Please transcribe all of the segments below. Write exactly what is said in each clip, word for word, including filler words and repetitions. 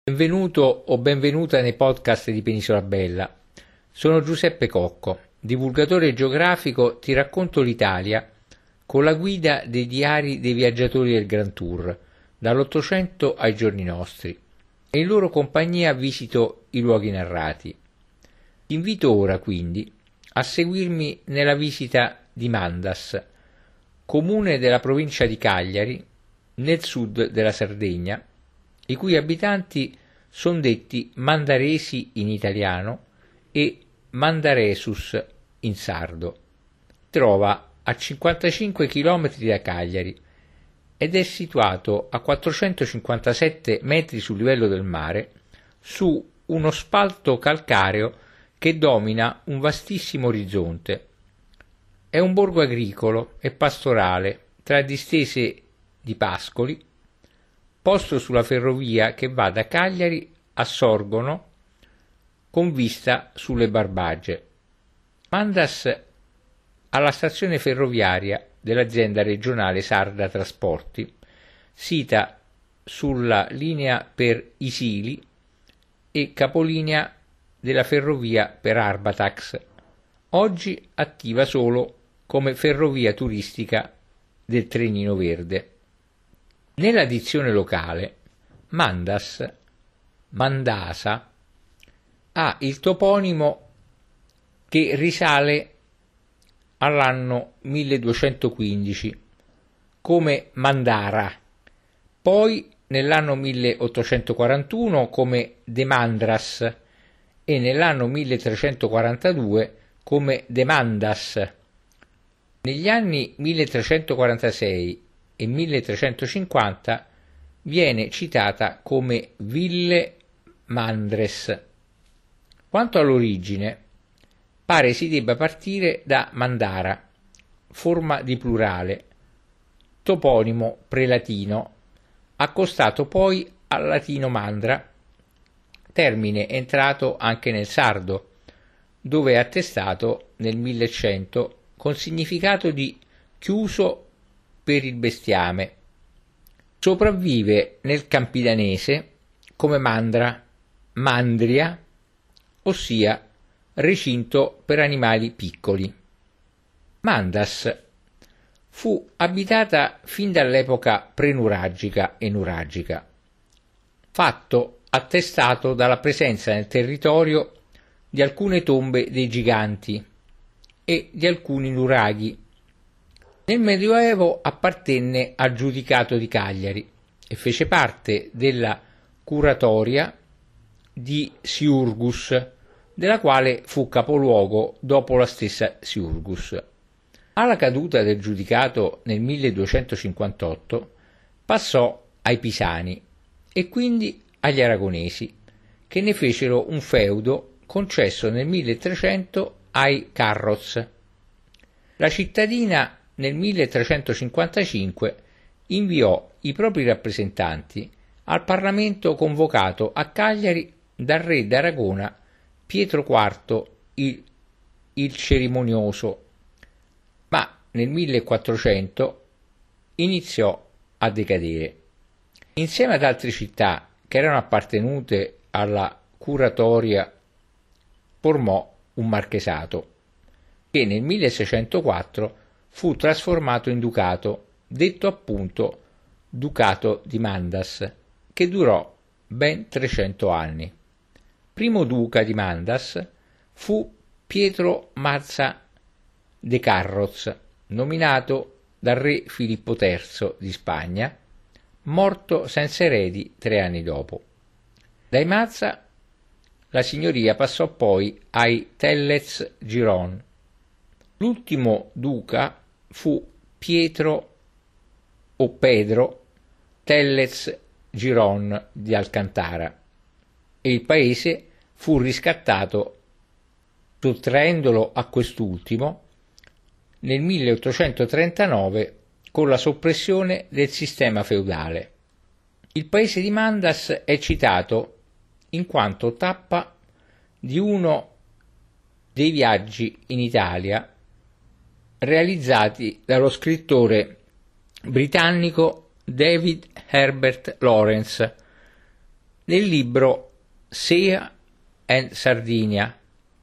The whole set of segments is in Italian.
Benvenuto o benvenuta nei podcast di Penisola Bella. Sono Giuseppe Cocco, divulgatore geografico. Ti racconto l'Italia con la guida dei diari dei viaggiatori del Grand Tour, dall'Ottocento ai giorni nostri, e in loro compagnia visito i luoghi narrati. Ti invito ora quindi a seguirmi nella visita di Mandas, comune della provincia di Cagliari, nel sud della Sardegna, i cui abitanti sono detti mandaresi in italiano e mandaresus in sardo. Trova a cinquantacinque chilometri da Cagliari ed è situato a quattrocentocinquantasette metri sul livello del mare su uno spalto calcareo che domina un vastissimo orizzonte. È un borgo agricolo e pastorale tra distese di pascoli, posto sulla ferrovia che va da Cagliari a Sorgono con vista sulle Barbagie. Mandas ha la stazione ferroviaria dell'azienda regionale Sarda Trasporti, sita sulla linea per Isili e capolinea della ferrovia per Arbatax, oggi attiva solo come ferrovia turistica del Trenino Verde. Nella dizione locale, Mandas, Mandasa, ha il toponimo che risale all'anno milleduecentoquindici come Mandara, poi nell'anno milleottocentoquarantuno come Demandras e nell'anno milletrecentoquarantadue come Demandas. Negli anni milletrecentoquarantasei e milletrecentocinquanta viene citata come Ville Mandres. Quanto all'origine, pare si debba partire da Mandara, forma di plurale, toponimo prelatino, accostato poi al latino mandra, termine entrato anche nel sardo, dove è attestato nel millecento con significato di chiuso per il bestiame. Sopravvive nel campidanese come mandra, mandria, ossia recinto per animali piccoli. Mandas fu abitata fin dall'epoca prenuragica e nuragica, fatto attestato dalla presenza nel territorio di alcune tombe dei giganti e di alcuni nuraghi. Nel Medioevo appartenne al Giudicato di Cagliari e fece parte della curatoria di Siurgus, della quale fu capoluogo dopo la stessa Siurgus. Alla caduta del Giudicato nel milleduecentocinquantotto passò ai Pisani e quindi agli Aragonesi, che ne fecero un feudo concesso nel milletrecento ai Carroz. La cittadina nel milletrecentocinquantacinque inviò i propri rappresentanti al Parlamento convocato a Cagliari dal re d'Aragona Pietro quarto il, il Cerimonioso, ma nel millequattrocento iniziò a decadere. Insieme ad altre città che erano appartenute alla curatoria formò un marchesato che nel milleseicentoquattro fu trasformato in ducato, detto appunto Ducato di Mandas, che durò ben trecento anni. Primo duca di Mandas fu Pietro Mazza de Carroz, nominato dal re Filippo terzo di Spagna, morto senza eredi tre anni dopo. Dai Mazza la signoria passò poi ai Tellez Giron. L'ultimo duca fu Pietro o Pedro Tellez Giron di Alcantara e il paese fu riscattato sottraendolo a quest'ultimo nel milleottocentotrentanove con la soppressione del sistema feudale. Il paese di Mandas è citato in quanto tappa di uno dei viaggi in Italia realizzati dallo scrittore britannico David Herbert Lawrence, nel libro Sea and Sardinia,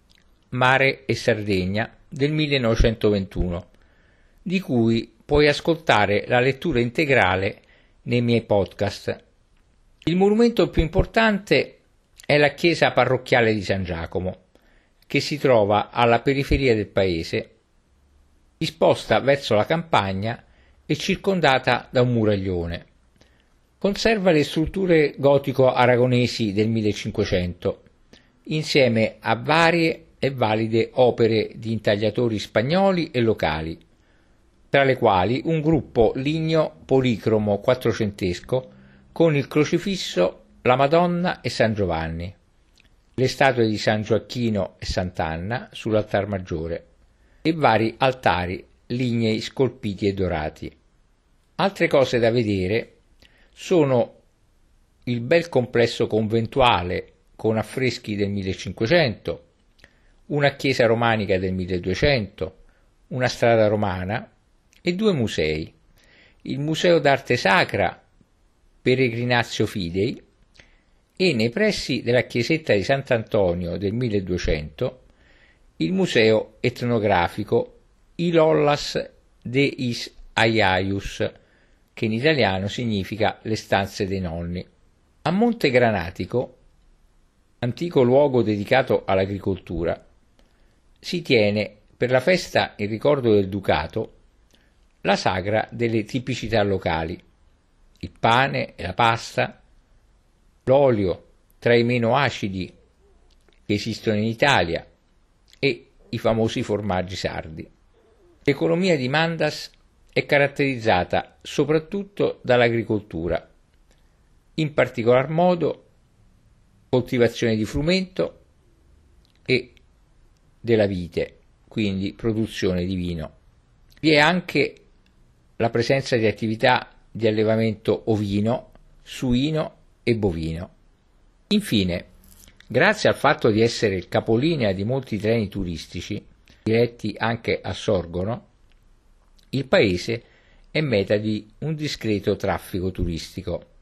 Mare e Sardegna del millenovecentoventuno, di cui puoi ascoltare la lettura integrale nei miei podcast. Il monumento più importante è la chiesa parrocchiale di San Giacomo, che si trova alla periferia del paese, disposta verso la campagna e circondata da un muraglione. Conserva le strutture gotico-aragonesi del millecinquecento, insieme a varie e valide opere di intagliatori spagnoli e locali, tra le quali un gruppo ligneo policromo quattrocentesco con il crocifisso, la Madonna e San Giovanni, le statue di San Gioacchino e Sant'Anna sull'altar maggiore e vari altari lignei scolpiti e dorati. Altre cose da vedere sono il bel complesso conventuale con affreschi del millecinquecento, una chiesa romanica del milleduecento, una strada romana e due musei, il Museo d'Arte Sacra Peregrinatio Fidei e nei pressi della chiesetta di Sant'Antonio del milleduecento il Museo Etnografico Ilollas Deis Aiaius, che in italiano significa le stanze dei nonni. A Monte Granatico, antico luogo dedicato all'agricoltura, si tiene per la festa in ricordo del ducato la sagra delle tipicità locali, il pane e la pasta, l'olio tra i meno acidi che esistono in Italia e i famosi formaggi sardi. L'economia di Mandas è caratterizzata soprattutto dall'agricoltura, in particolar modo coltivazione di frumento e della vite, quindi produzione di vino. Vi è anche la presenza di attività di allevamento ovino, suino e bovino. Infine, grazie al fatto di essere il capolinea di molti treni turistici, diretti anche a Sorgono, il paese è meta di un discreto traffico turistico.